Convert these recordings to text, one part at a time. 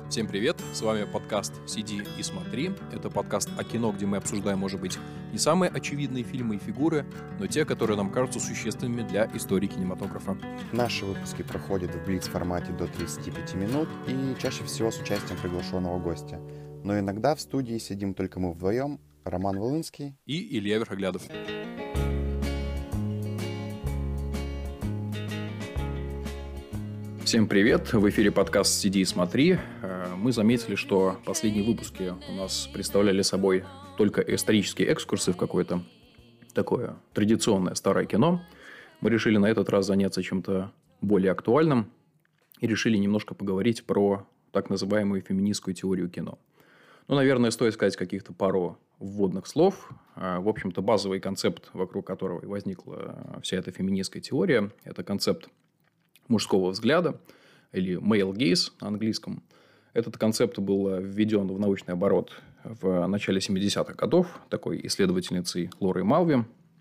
Всем привет, с вами подкаст «Сиди и смотри». Это подкаст о кино, где мы обсуждаем, может быть, не самые очевидные фильмы и фигуры, но те, которые нам кажутся существенными для истории кинематографа. Наши выпуски проходят в блиц-формате до 35 минут и чаще всего с участием приглашенного гостя. Но иногда в студии сидим только мы вдвоем, Роман Волынский и Илья Верхоглядов. Всем привет! В эфире подкаст «Сиди и смотри». Мы заметили, что последние выпуски у нас представляли собой только исторические экскурсы в какое-то такое традиционное старое кино. Мы решили на этот раз заняться чем-то более актуальным и решили немножко поговорить про так называемую феминистскую теорию кино. Ну, наверное, стоит сказать каких-то пару вводных слов. В общем-то, базовый концепт, вокруг которого возникла вся эта феминистская теория, это концепт мужского взгляда, или male gaze на английском. Этот концепт был введен в научный оборот в начале 70-х годов такой исследовательницей Лорой Малви.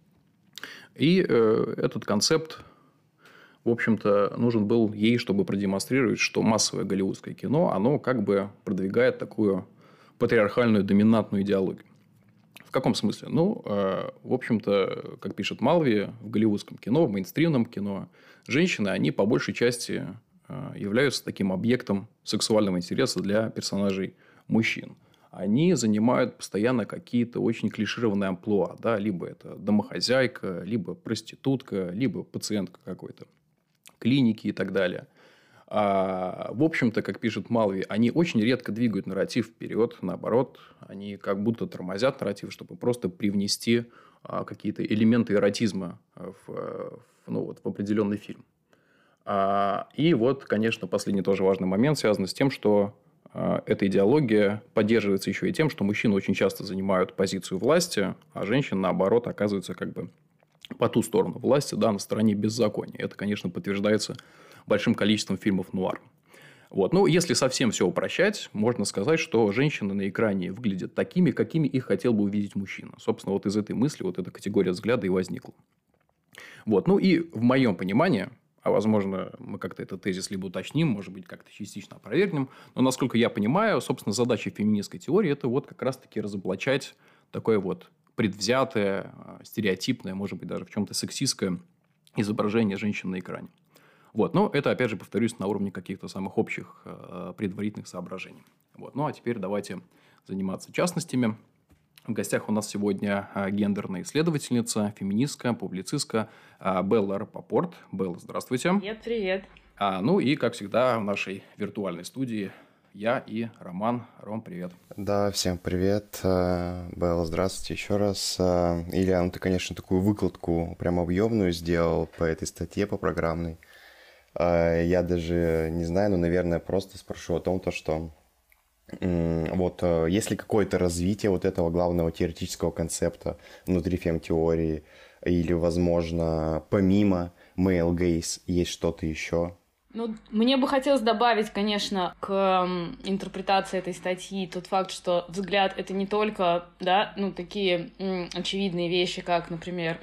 И этот концепт, в общем-то, нужен был ей, чтобы продемонстрировать, что массовое голливудское кино, оно как бы продвигает такую патриархальную доминантную идеологию. В каком смысле? Ну, в общем-то, как пишет Малви, в голливудском кино, в мейнстримном кино женщины, они по большей части являются таким объектом сексуального интереса для персонажей мужчин. Они занимают постоянно какие-то очень клишированные амплуа. Да? Либо это домохозяйка, либо проститутка, либо пациентка какой-то клиники и так далее. В общем-то, как пишет Малви, они очень редко двигают нарратив вперед. Наоборот, они как будто тормозят нарратив, чтобы просто привнести какие-то элементы эротизма в определенный фильм. И вот, конечно, последний тоже важный момент связан с тем, что эта идеология поддерживается еще и тем, что мужчины очень часто занимают позицию власти, а женщины, наоборот, оказываются как бы по ту сторону власти, да, на стороне беззакония. Это, конечно, подтверждается большим количеством фильмов нуар. Вот. Ну, если совсем все упрощать, можно сказать, что женщины на экране выглядят такими, какими их хотел бы увидеть мужчина. Собственно, вот из этой мысли вот эта категория взгляда и возникла. Вот. Ну, и в моем понимании, а возможно, мы как-то этот тезис либо уточним, может быть, как-то частично опровергнем, но, насколько я понимаю, собственно, задача феминистской теории – это вот как раз-таки разоблачать такое вот предвзятое, стереотипное, может быть, даже в чем-то сексистское изображение женщин на экране. Вот. Но это, опять же, повторюсь, на уровне каких-то самых общих предварительных соображений. Вот. Ну, а теперь давайте заниматься частностями. В гостях у нас сегодня гендерная исследовательница, феминистка, публицистка Белла Рапопорт. Белла, здравствуйте. Привет, привет. Ну и, как всегда, в нашей виртуальной студии я и Роман. Ром, привет. Да, всем привет. Белла, здравствуйте еще раз. Илья, ну ты, конечно, такую выкладку прям объемную сделал по этой статье, по программной. Я даже не знаю, но, наверное, просто спрошу о том, что вот есть ли какое-то развитие вот этого главного теоретического концепта внутри фем-теории, или, возможно, помимо male gaze есть что-то еще? Ну, мне бы хотелось добавить, конечно, к интерпретации этой статьи тот факт, что взгляд — это не только, да, ну, такие очевидные вещи, как, например,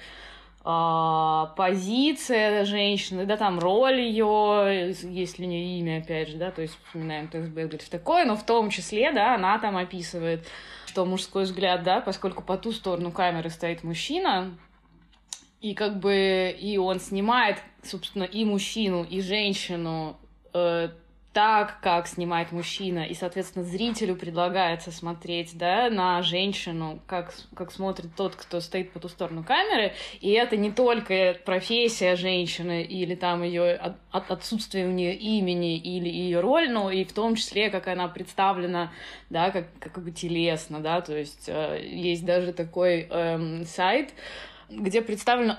позиция женщины, да, там роль ее, есть ли у нее имя, опять же, да, то есть вспоминаем Тесс Бэггетс такое, но в том числе, да, она там описывает, что мужской взгляд, да, поскольку по ту сторону камеры стоит мужчина, и как бы и он снимает, собственно, и мужчину, и женщину так, как снимает мужчина, и, соответственно, зрителю предлагается смотреть, да, на женщину, как смотрит тот, кто стоит по ту сторону камеры, и это не только профессия женщины или там ее отсутствие у нее имени или ее роль, но и в том числе, как она представлена, да, как бы телесно, да, то есть есть даже такой сайт, где представлено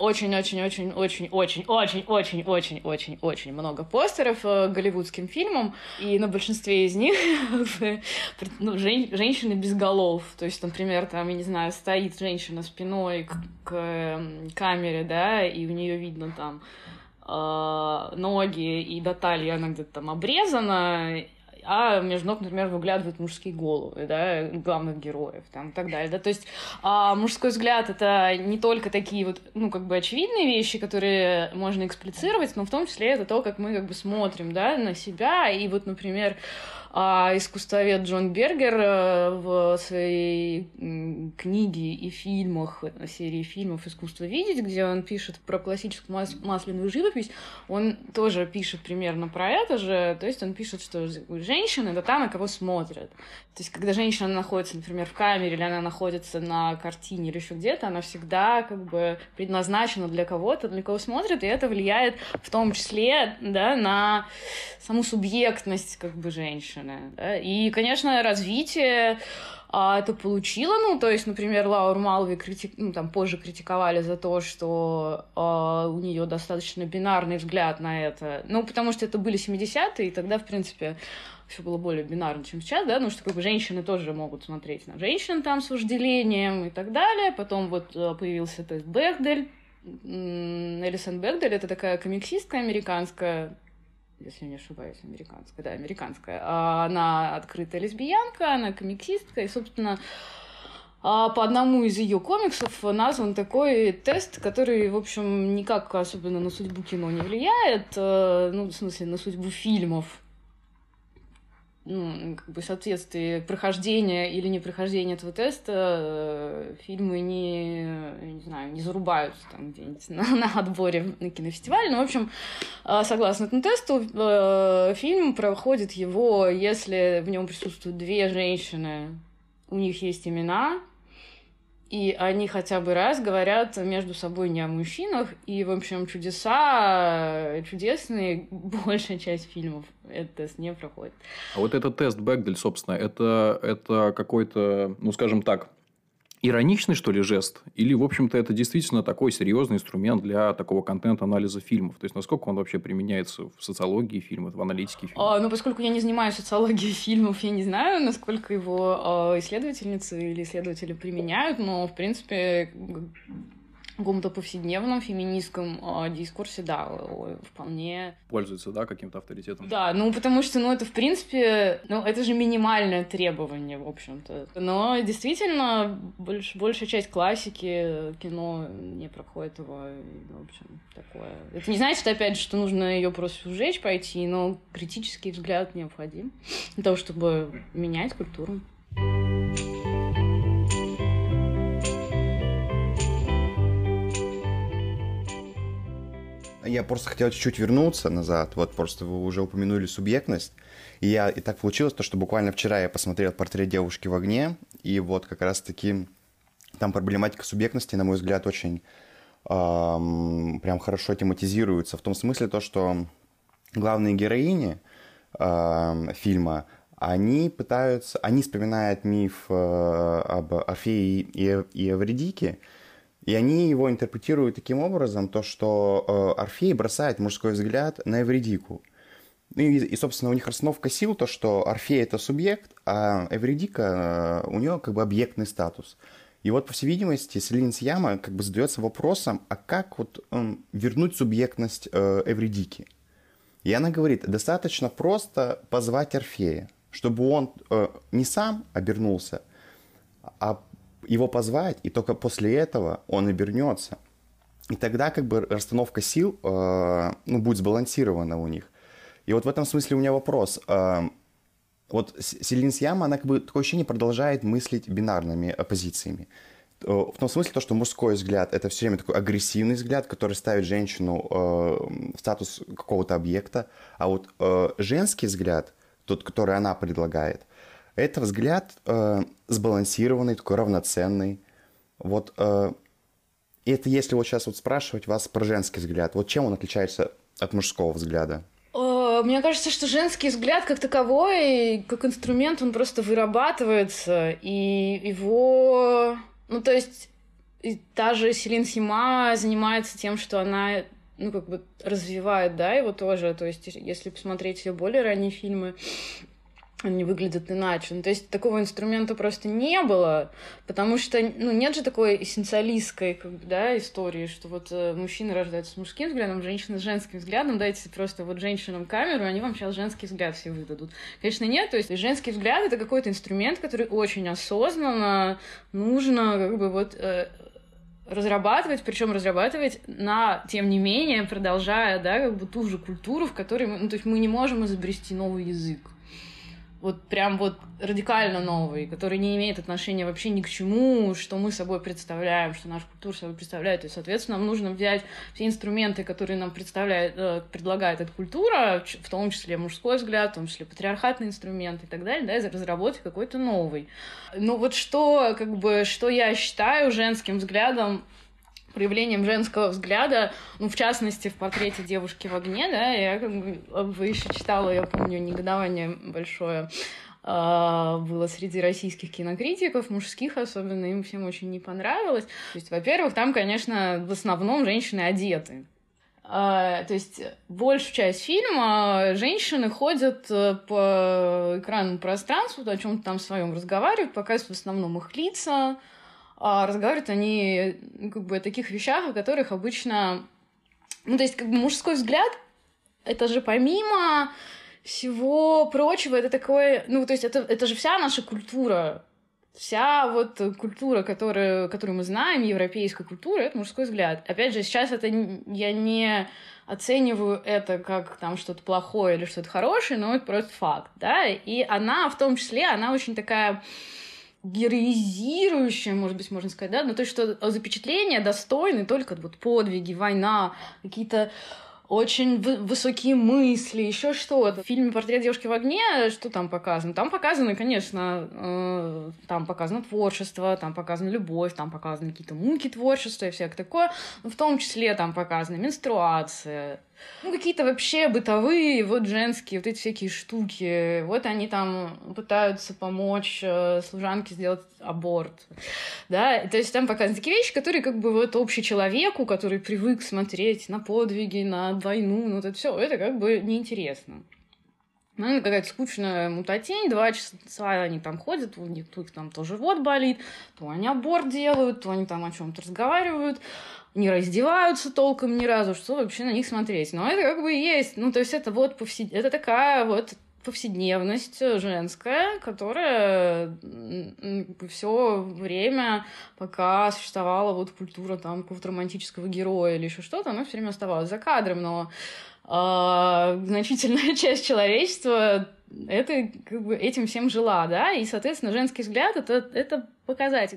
очень-очень-очень-очень-очень-очень-очень много постеров голливудским фильмам, и на большинстве из них женщины без голов. То есть, например, там, я не знаю, стоит женщина спиной к камере, да, и у нее видно там ноги, и до талии она где-то там обрезана, а между ног, например, выглядывают мужские головы, да, главных героев, там, и так далее, да, то есть мужской взгляд — это не только такие вот, ну, как бы очевидные вещи, которые можно эксплицировать, но в том числе это то, как мы как бы смотрим, да, на себя, и вот, например, А искусствовед Джон Бергер в своей книге и фильмах, серии фильмов «Искусство видеть», где он пишет про классическую масляную живопись, он тоже пишет примерно про это же. То есть он пишет, что женщина — это та, на кого смотрят. То есть когда женщина находится, например, в камере, или она находится на картине, или еще где-то, она всегда как бы предназначена для кого-то, для кого смотрят, и это влияет в том числе, да, на саму субъектность как бы женщины. Да? И, конечно, развитие это получило. Ну, то есть, например, Лауру Малви там позже критиковали за то, что у нее достаточно бинарный взгляд на это. Ну, потому что это были 70-е, и тогда, в принципе, все было более бинарно, чем сейчас, да, ну, что как бы женщины тоже могут смотреть на женщин там с вожделением и так далее. Потом вот появился тест Бехдель. Элисон Бехдель — это такая комиксистка американская, если не ошибаюсь, американская. Она открытая лесбиянка, она комиксистка, и, собственно, по одному из ее комиксов назван такой тест, который, в общем, никак особенно на судьбу кино не влияет, ну, в смысле, на судьбу фильмов. Ну, как бы в соответствии прохождения или непрохождения этого теста фильмы не зарубаются там где-нибудь на отборе на кинофестивале. Но, в общем, согласно этому тесту, фильм проходит его, если в нем присутствуют две женщины, у них есть имена, и они хотя бы раз говорят между собой не о мужчинах, и, в общем, чудесные, большая часть фильмов этот тест не проходит. А вот этот тест Бехдель, собственно, это какой-то, ну, скажем так, ироничный, что ли, жест? Или, в общем-то, это действительно такой серьезный инструмент для такого контент-анализа фильмов? То есть, насколько он вообще применяется в социологии фильмов, в аналитике фильмов? Ну, поскольку я не занимаюсь социологией фильмов, я не знаю, насколько его исследовательницы или исследователи применяют, но, в принципе, в каком-то повседневном феминистском дискурсе, да, вполне... Пользуется, да, каким-то авторитетом? Да, ну, потому что, ну, это, в принципе, ну, это же минимальное требование, в общем-то. Но, действительно, большая часть классики кино не проходит его, в общем, такое. Это не значит, опять же, что нужно ее просто сжечь, пойти, но критический взгляд необходим для того, чтобы менять культуру. Я просто хотел чуть-чуть вернуться назад. Вот просто вы уже упомянули субъектность. И так получилось, что буквально вчера я посмотрел «Портрет девушки в огне». И вот как раз-таки там проблематика субъектности, на мой взгляд, очень прям хорошо тематизируется. В том смысле, что главные героини фильма, они вспоминают миф об Орфее и Эвридике, и они его интерпретируют таким образом, что Орфей бросает мужской взгляд на Эвридику. И, собственно, у них расстановка сил, что Орфей — это субъект, а Эвридика, у нее как бы объектный статус. И вот, по всей видимости, Селин Сьяма как бы задается вопросом, а как вот вернуть субъектность Эвридики? И она говорит, достаточно просто позвать Орфея, чтобы он не сам обернулся, а его позвать, и только после этого он обернется. И тогда как бы расстановка сил будет сбалансирована у них. И вот в этом смысле у меня вопрос. Вот Селин Сьяма, она как бы такое ощущение продолжает мыслить бинарными оппозициями. В том смысле, что мужской взгляд — это все время такой агрессивный взгляд, который ставит женщину в статус какого-то объекта. А вот женский взгляд, тот, который она предлагает, это взгляд сбалансированный, такой равноценный. Вот и это если вот сейчас вот спрашивать вас про женский взгляд, вот чем он отличается от мужского взгляда? Мне кажется, что женский взгляд как таковой, как инструмент, он просто вырабатывается, и его... Ну, то есть, та же Селин Сьяма занимается тем, что она, ну, как бы развивает, да, его тоже. То есть, если посмотреть ее более ранние фильмы, они выглядят иначе. Ну, то есть такого инструмента просто не было, потому что, ну, нет же такой эссенциалистской, да, истории, что вот мужчины рождаются с мужским взглядом, женщины с женским взглядом, дайте просто вот женщинам камеру, они вам сейчас женский взгляд все выдадут. Конечно, нет, то есть женский взгляд — это какой-то инструмент, который очень осознанно нужно как бы вот разрабатывать, причем разрабатывать тем не менее, продолжая, да, как бы ту же культуру, в которой мы, ну, то есть мы не можем изобрести новый язык. вот прям вот радикально новый, который не имеет отношения вообще ни к чему, что мы собой представляем, что наша культура собой представляет. И, соответственно, нам нужно взять все инструменты, которые нам предлагает эта культура, в том числе мужской взгляд, в том числе патриархатные инструменты и так далее, да, и разработать какой-то новый. Но вот что я считаю женским взглядом, проявлением женского взгляда, ну, в частности, в портрете девушки в огне, да, я вы еще читала, я помню, негодование большое было среди российских кинокритиков, мужских особенно, им всем очень не понравилось. То есть, во-первых, там, конечно, в основном женщины одеты. То есть большую часть фильма женщины ходят по экранному пространству, о чем-то там своем разговаривают, показывают в основном их лица, разговаривают они о таких вещах, о которых обычно... Ну, то есть, мужской взгляд, это же помимо всего прочего, это такое... Ну, то есть, это же вся наша культура. Вся вот культура, которую мы знаем, европейская культура, это мужской взгляд. Опять же, сейчас я не оцениваю это как там что-то плохое или что-то хорошее, но это просто факт, да. И она, в том числе, она очень такая... героизирующее, может быть, можно сказать, да, но то есть, что запечатления достойны только вот подвиги, война, какие-то очень высокие мысли, еще что-то. В фильме «Портрет девушки в огне» что там показано? Там показано, конечно, там показано творчество, там показана любовь, там показаны какие-то муки творчества и всякое такое. Но в том числе там показана менструация, ну, какие-то вообще бытовые, вот женские, вот эти всякие штуки. Вот они там пытаются помочь служанке сделать аборт. Да, то есть там показаны такие вещи, которые вот общечеловеку, который привык смотреть на подвиги, на войну, ну, вот это все, это неинтересно. Ну, какая-то скучная мутатень, 2 часа они там ходят, у них тут там то живот болит, то они аборт делают, то они там о чем-то разговаривают, не раздеваются толком ни разу, что вообще на них смотреть. Но это есть, ну, то есть это вот это такая вот повседневность женская, которая все время, пока существовала вот культура там какого-то романтического героя или еще что-то, она все время оставалась за кадром, но значительная часть человечества этим всем жила, да, и, соответственно, женский взгляд это показатель.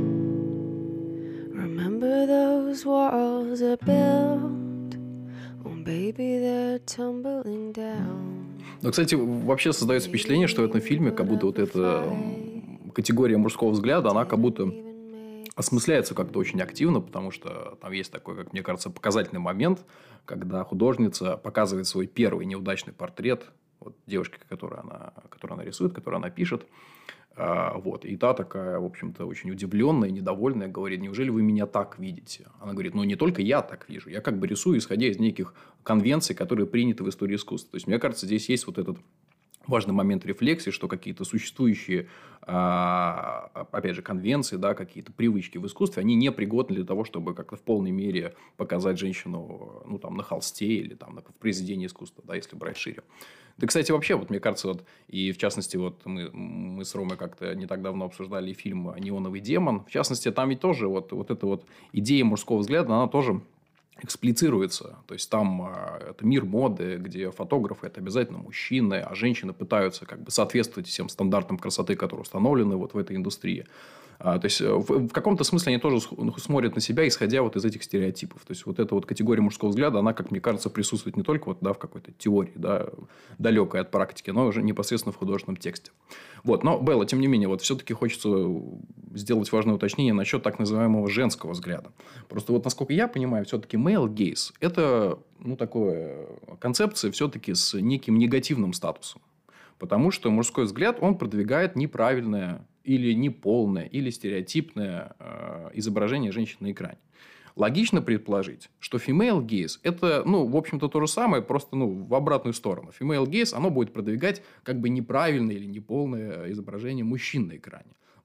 Remember those walls are built, oh baby, they're tumbling down. Но, кстати, вообще создается впечатление, что в этом фильме как будто вот эта категория мужского взгляда, она как будто осмысляется как-то очень активно, потому что там есть такой, как мне кажется, показательный момент, когда художница показывает свой первый неудачный портрет вот, девушки, которую она рисует, которую она пишет. Вот. И та такая, в общем-то, очень удивленная, недовольная, говорит: неужели вы меня так видите? Она говорит: ну, не только я так вижу, я рисую, исходя из неких конвенций, которые приняты в истории искусства. То есть, мне кажется, здесь есть вот этот важный момент рефлексии, что какие-то существующие, опять же, конвенции, да, какие-то привычки в искусстве, они не пригодны для того, чтобы как-то в полной мере показать женщину, ну, там, на холсте или там, в произведении искусства, да, если брать шире. Да, кстати, вообще, вот мне кажется, вот, и в частности, вот мы с Ромой как-то не так давно обсуждали фильм «Неоновый демон». В частности, там ведь тоже вот эта вот идея мужского взгляда, она тоже эксплицируется. То есть, там это мир моды, где фотографы – это обязательно мужчины, а женщины пытаются соответствовать всем стандартам красоты, которые установлены вот в этой индустрии. То есть, в каком-то смысле они тоже смотрят на себя, исходя вот из этих стереотипов. То есть, вот эта вот категория мужского взгляда, она, как мне кажется, присутствует не только вот, да, в какой-то теории, да, далекой от практики, но уже непосредственно в художественном тексте. Вот. Но, Белла, тем не менее, вот все-таки хочется сделать важное уточнение насчет так называемого женского взгляда. Просто вот, насколько я понимаю, все-таки male gaze – это, ну, такая концепция все-таки с неким негативным статусом. Потому что мужской взгляд, он продвигает неправильное или неполное, или стереотипное изображение женщины на экране. Логично предположить, что female gaze – это, ну, в общем-то, то же самое, просто, ну, в обратную сторону. Female gaze, оно будет продвигать неправильное или неполное изображение мужчин на экране.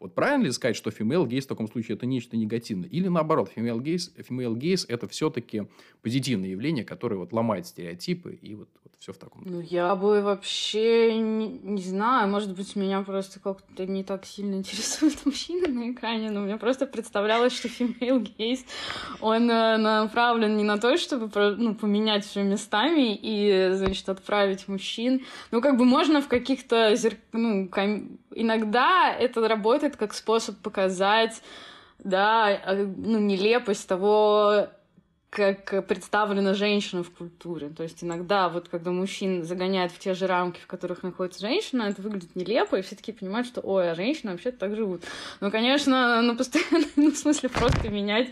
Вот правильно ли сказать, что female gaze в таком случае это нечто негативное? Или наоборот, female gaze это все-таки позитивное явление, которое вот ломает стереотипы и вот все в таком духе? Ну, я бы вообще не знаю, может быть, меня просто как-то не так сильно интересуют мужчины на экране, но мне просто представлялось, что female gaze, он направлен не на то, чтобы поменять все местами и, значит, отправить мужчин. Ну, как бы можно в каких-то... иногда это работает как способ показать, да, нелепость того, как представлена женщина в культуре. То есть иногда вот когда мужчин загоняют в те же рамки, в которых находится женщина, это выглядит нелепо, и все таки понимают, что, ой, а женщины вообще-то так живут. Ну, конечно, постоянно, в смысле, просто менять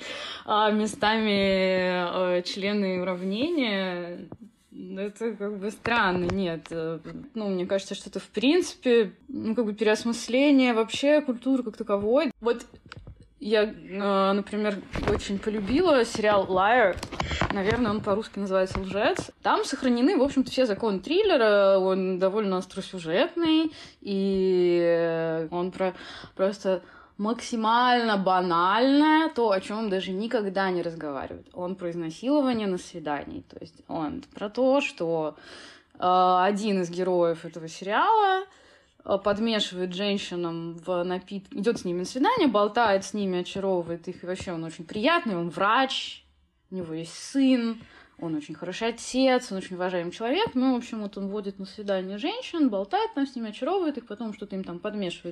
местами члены уравнения, это как бы странно, нет. Мне кажется, что это в принципе, переосмысление вообще культуры как таковой. Вот я, например, очень полюбила сериал «Liar». Наверное, он по-русски называется «Лжец». Там сохранены, в общем-то, все законы триллера. Он довольно остросюжетный, и он просто максимально банальное, то, о чем даже никогда не разговаривают. Он про изнасилование на свидании. То есть он про то, что один из героев этого сериала подмешивает женщинам в напитки, идет с ними на свидание, болтает с ними, очаровывает их, и вообще он очень приятный, он врач, у него есть сын, он очень хороший отец, он очень уважаемый человек. В общем, вот он водит на свидание женщин, болтает там с ними, очаровывает их, потом что-то им там подмешивает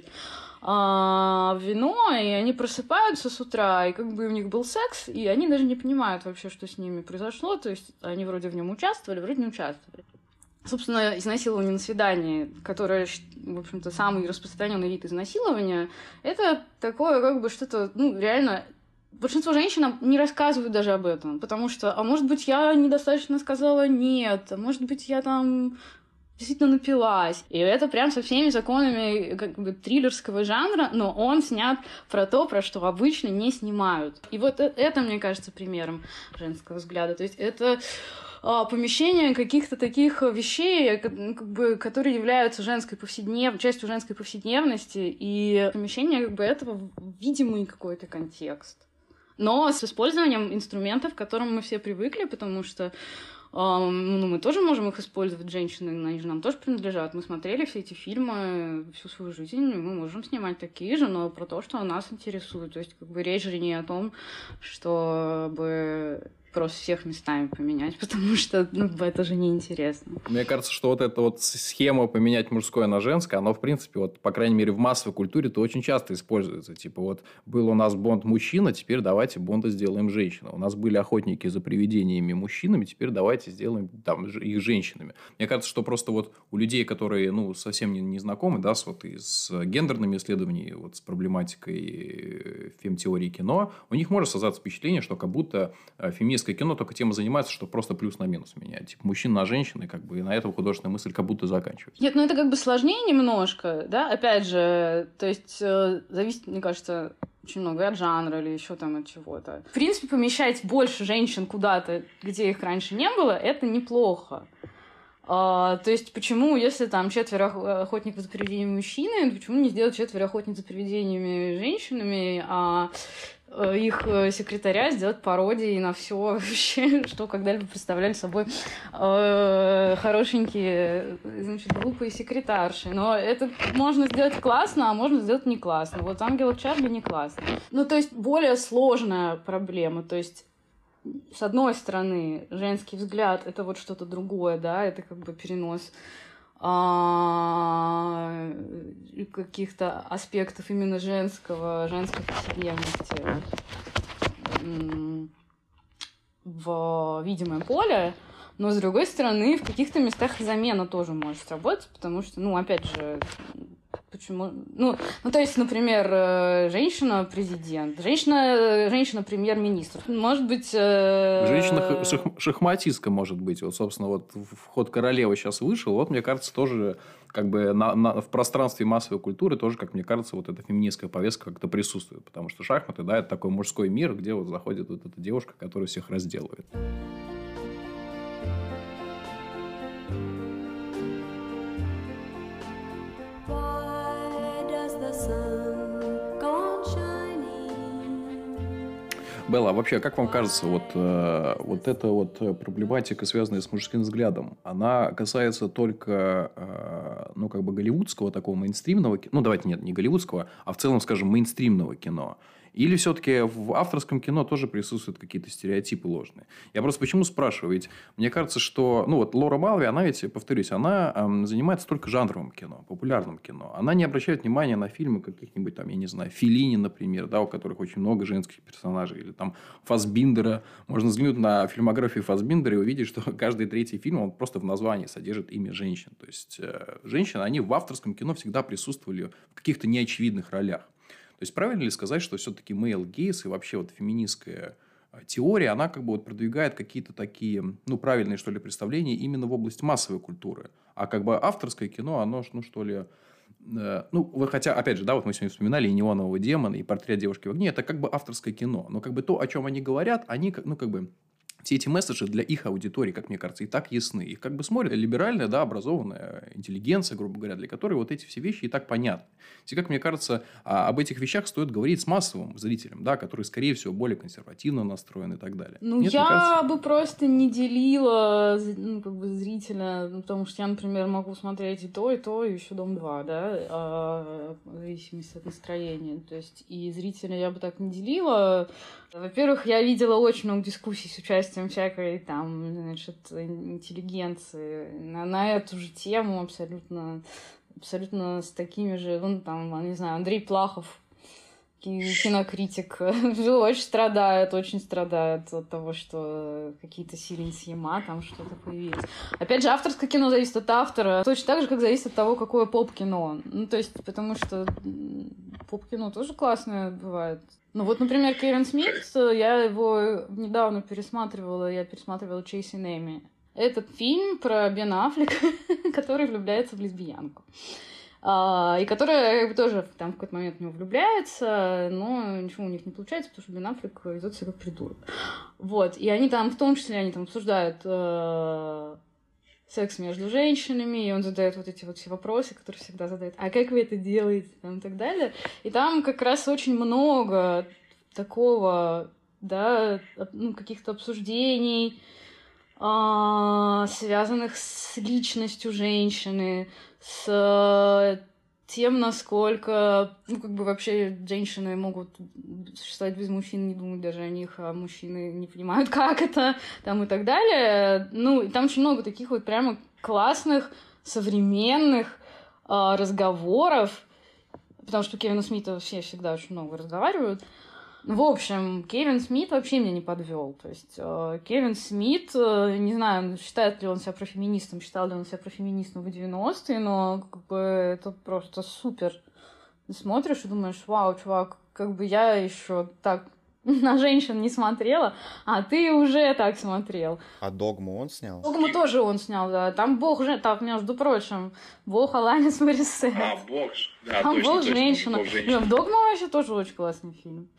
вино, и они просыпаются с утра, и как бы у них был секс, и они даже не понимают вообще, что с ними произошло, то есть они вроде в нем участвовали, вроде не участвовали. Собственно, изнасилование на свидании, которое, в общем-то, самый распространенный вид изнасилования, это такое как бы что-то, реально... Большинство женщин не рассказывают даже об этом, потому что, а может быть, я недостаточно сказала нет, а может быть, я там действительно напилась. И это прям со всеми законами как бы триллерского жанра, но он снят про то, про что обычно не снимают. И вот это, мне кажется, примером женского взгляда. То есть это помещение каких-то таких вещей, которые являются частью женской повседневности, и помещение этого в видимый какой-то контекст. Но с использованием инструментов, к которым мы все привыкли, потому что мы тоже можем их использовать, женщины, они же нам тоже принадлежат. Мы смотрели все эти фильмы всю свою жизнь, мы можем снимать такие же, но про то, что нас интересует. То есть речь же не о том, чтобы просто всех местами поменять, потому что это же неинтересно. Мне кажется, что вот эта вот схема поменять мужское на женское, она, в принципе, вот, по крайней мере, в массовой культуре то очень часто используется. Типа вот был у нас Бонд-мужчина, теперь давайте Бонда сделаем женщину. У нас были охотники за привидениями мужчинами, теперь давайте сделаем их женщинами. Мне кажется, что просто вот у людей, которые совсем не знакомы, да, с гендерными исследованиями, вот с проблематикой фем-теории кино, у них может создаться впечатление, что как будто феминистское кино только тем и занимается, что просто плюс на минус меняет. Типа мужчин на женщины, и на этом художественная мысль как будто заканчивается. Нет, это сложнее немножко, да, опять же, то есть зависит, мне кажется, очень много от жанра или еще там от чего-то. В принципе, помещать больше женщин куда-то, где их раньше не было, это неплохо. То есть, почему, если там 4 охотников за привидениями мужчины, почему не сделать 4 охотниц за привидениями женщинами, а их секретаря сделать пародией на все вообще, что когда-либо представляли собой хорошенькие, глупые секретарши. Но это можно сделать классно, а можно сделать не классно. Вот «Ангелы Чарли» не классно. То есть, более сложная проблема. То есть, с одной стороны, женский взгляд — это вот что-то другое, да, это перенос каких-то аспектов именно женской повседневности в видимое поле, но, с другой стороны, в каких-то местах замена тоже может сработать, потому что, опять же, почему? То есть, например, женщина-президент, женщина-премьер-министр. Может быть... Женщина-шахматистка, может быть. Вот, собственно, вот в «Ход королевы» сейчас вышел. Вот, мне кажется, тоже в пространстве массовой культуры тоже, как мне кажется, вот эта феминистская повестка как-то присутствует. Потому что шахматы, да, это такой мужской мир, где вот заходит вот эта девушка, которая всех разделывает. Белла, а вообще, как вам кажется, вот эта вот проблематика, связанная с мужским взглядом, она касается только, ну, как бы голливудского такого мейнстримного кино? Ну, давайте, нет, не голливудского, а в целом, скажем, мейнстримного кино. Или все-таки в авторском кино тоже присутствуют какие-то стереотипы ложные? Я просто почему спрашиваю? Ведь мне кажется, что... Ну, вот Лора Малви, она ведь, повторюсь, она занимается только жанровым кино, популярным кино. Она не обращает внимания на фильмы каких-нибудь там, я не знаю, Феллини, например, да, у которых очень много женских персонажей. Или там Фассбиндера. Можно взглянуть на фильмографию Фассбиндера и увидеть, что каждый третий фильм, он просто в названии содержит имя женщин. То есть, женщины, они в авторском кино всегда присутствовали в каких-то неочевидных ролях. То есть, правильно ли сказать, что все-таки male gaze и вообще вот феминистская теория, она как бы вот продвигает какие-то такие, ну, правильные, что ли, представления именно в области массовой культуры. А как бы авторское кино, оно, ну, что ли... Ну, хотя, опять же, да, вот мы сегодня вспоминали и «Неонового демона», и «Портрет девушки в огне». Это как бы авторское кино. Но как бы то, о чем они говорят, они, ну, как бы... Все эти месседжи для их аудитории, как мне кажется, и так ясны. Их как бы смотрит либеральная, да, образованная интеллигенция, грубо говоря, для которой вот эти все вещи и так понятны. И, как мне кажется, об этих вещах стоит говорить с массовым зрителем, да, который, скорее всего, более консервативно настроен и так далее. Ну, я бы просто не делила, ну, как бы зрителя, потому что я, например, могу смотреть и то, и еще «Дом-2», да, в зависимости от настроения. То есть, и зрителя я бы так не делила. Во-первых, я видела очень много дискуссий с участием всякой там, значит, интеллигенции на эту же тему абсолютно с такими же, ну, там, не знаю, Андрей Плахов, кинокритик, очень страдает от того, что какие-то сиренсьема, там что-то появились. Опять же, авторское кино зависит от автора, точно так же, как зависит от того, какое поп-кино. Ну, то есть, потому что поп-кино тоже классное бывает. Ну, вот, например, Кевин Смит, я его недавно пересматривала «Chasing Amy». Этот фильм про Бен Аффлека, который влюбляется в лесбиянку. И которая как бы тоже там в какой-то момент в него влюбляется, но ничего у них не получается, потому что Бен Аффлек ведет себя как придурок. Вот. И они там, в том числе, они там обсуждают секс между женщинами, и он задает вот эти вот все вопросы, которые всегда задает. А как вы это делаете? Там, и так далее. И там как раз очень много такого, да, ну, каких-то обсуждений, связанных с личностью женщины, с тем, насколько, ну, как бы вообще женщины могут существовать без мужчин, не думать даже о них, а мужчины не понимают, как это, там, и так далее. Ну, и там очень много таких вот прямо классных, современных разговоров, потому что у Кевина Смита все всегда очень много разговаривают. В общем, Кевин Смит вообще меня не подвел. То есть Кевин Смит, не знаю, считает ли он себя профеминистом, считал ли он себя профеминистом в 90-е, но как бы это просто супер. Ты смотришь и думаешь, вау, чувак, как бы я еще так на женщин не смотрела, а ты уже так смотрел. А «Догму» он снял? «Догму» тоже он снял, да. Там бог же, так, между прочим, бог Аланис Морисет. Бог, да, там точно, бог женщина. Бог женщина. В «Догму» вообще тоже очень классный фильм.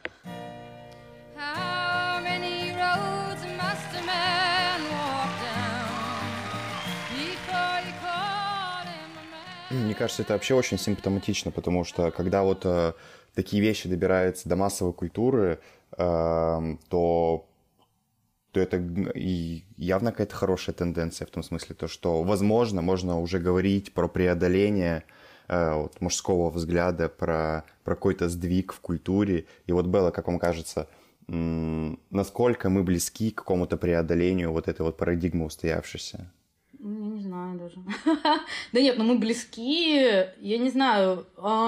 Мне кажется, это вообще очень симптоматично, потому что когда вот такие вещи добираются до массовой культуры, то это и явно какая-то хорошая тенденция в том смысле, то, что, возможно, можно уже говорить про преодоление вот, мужского взгляда, про какой-то сдвиг в культуре. И вот, Белла, как вам кажется, насколько мы близки к какому-то преодолению вот этой вот парадигмы устоявшейся? Я не знаю даже. Да нет, ну мы близки, я не знаю.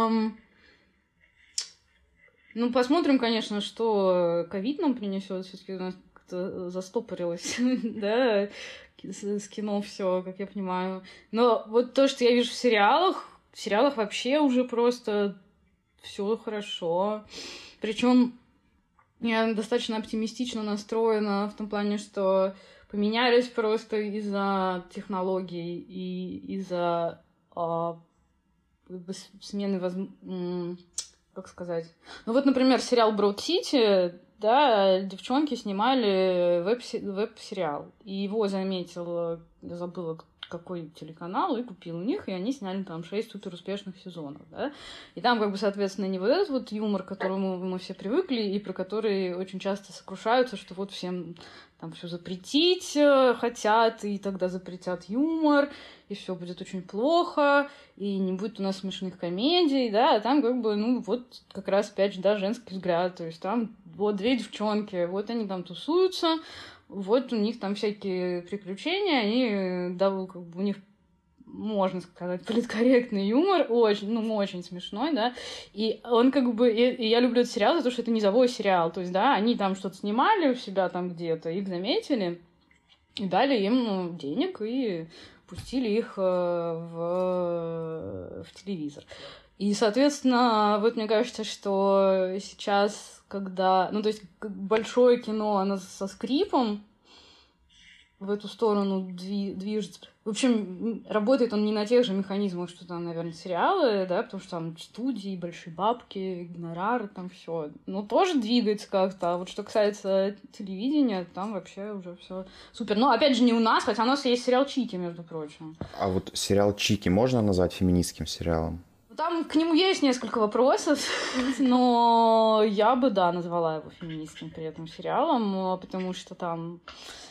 Ну, посмотрим, конечно, что ковид нам принесет. Все-таки у нас как-то застопорилось, да, с кино все, как я понимаю. Но вот то, что я вижу в сериалах вообще уже просто все хорошо. Причем я достаточно оптимистично настроена в том плане, что поменялись просто из-за технологий и из-за смены как сказать? Ну вот, например, сериал «Broad City», да, девчонки снимали веб-сериал, и его заметил, я забыла, какой телеканал и купил у них, и они сняли там 6 супер успешных сезонов, да. И там, как бы, соответственно, не вот этот вот юмор, к которому мы все привыкли, и про который очень часто сокрушаются, что вот всем там все запретить хотят, и тогда запретят юмор, и все будет очень плохо, и не будет у нас смешных комедий, да, а там, как бы, ну, вот как раз, опять же, да, женский взгляд, то есть там вот 2 девчонки, вот они там тусуются, вот у них там всякие приключения, они, да, как бы у них, можно сказать, политкорректный юмор, очень, ну, очень смешной, да, и он как бы, и я люблю этот сериал за то, что это низовой сериал, то есть, да, они там что-то снимали у себя там где-то, их заметили, и дали им, ну, денег, и пустили их в телевизор. И, соответственно, вот мне кажется, что сейчас, когда... Ну, то есть большое кино, оно со скрипом в эту сторону движется. В общем, работает он не на тех же механизмах, что там, наверное, сериалы, да, потому что там студии, большие бабки, гонорары, там все. Но тоже двигается как-то. А вот что касается телевидения, там вообще уже все супер. Но, опять же, не у нас, хотя у нас есть сериал «Чики», между прочим. А вот сериал «Чики» можно назвать феминистским сериалом? Там к нему есть несколько вопросов, но я бы, да, назвала его феминистским при этом сериалом, потому что там...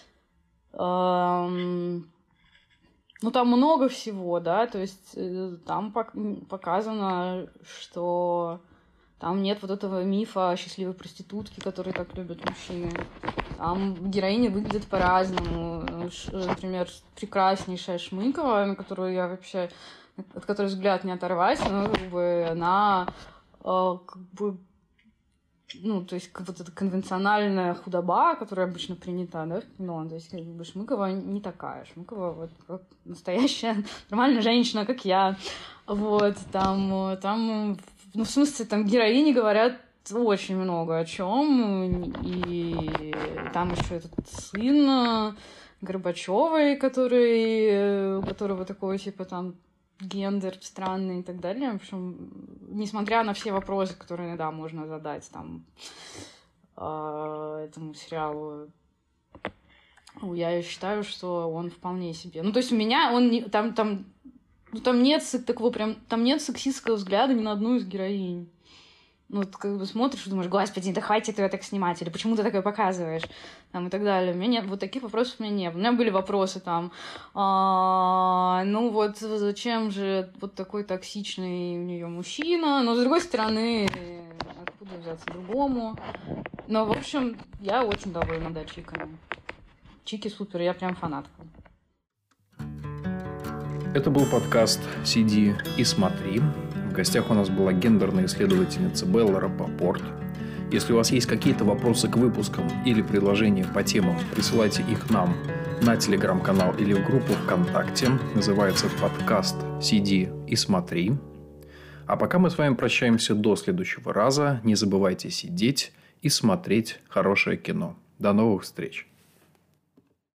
Ну, там много всего, да, то есть там показано, что там нет вот этого мифа о счастливой проститутке, который так любят мужчины. Там героини выглядят по-разному. Например, прекраснейшая Шмыкова, которую я вообще... от которой взгляд не оторвать, но как бы она как бы, ну, то есть вот эта конвенциональная худоба, которая обычно принята, да, в кино, то есть как бы Шмыкова не такая. Шмыкова вот как настоящая нормальная женщина, как я. Вот, там, ну, в смысле, там героини говорят очень много о чем, и там еще этот сын Горбачевой, у которого такой, типа, там, гендер странный и так далее. В общем, несмотря на все вопросы, которые, да, можно задать там этому сериалу, я считаю, что он вполне себе... Ну, то есть у меня он не... Там нет такого прям... Там нет сексистского взгляда ни на одну из героинь. Ну, ты как бы смотришь и думаешь, господи, да хватит его так снимать, или почему ты такое показываешь, там, и так далее. У меня нет, вот таких вопросов у меня нет. У меня были вопросы там, ну вот зачем же вот такой токсичный у нее мужчина, но с другой стороны, откуда взяться другому. Но, в общем, я очень довольна, да, Чиками. Чики супер, я прям фанатка. Это был подкаст «Сиди и смотри». В гостях у нас была гендерная исследовательница Белла Рапопорт. Если у вас есть какие-то вопросы к выпускам или предложения по темам, присылайте их нам на телеграм-канал или в группу ВКонтакте. Называется подкаст «Сиди и смотри». А пока мы с вами прощаемся до следующего раза. Не забывайте сидеть и смотреть хорошее кино. До новых встреч!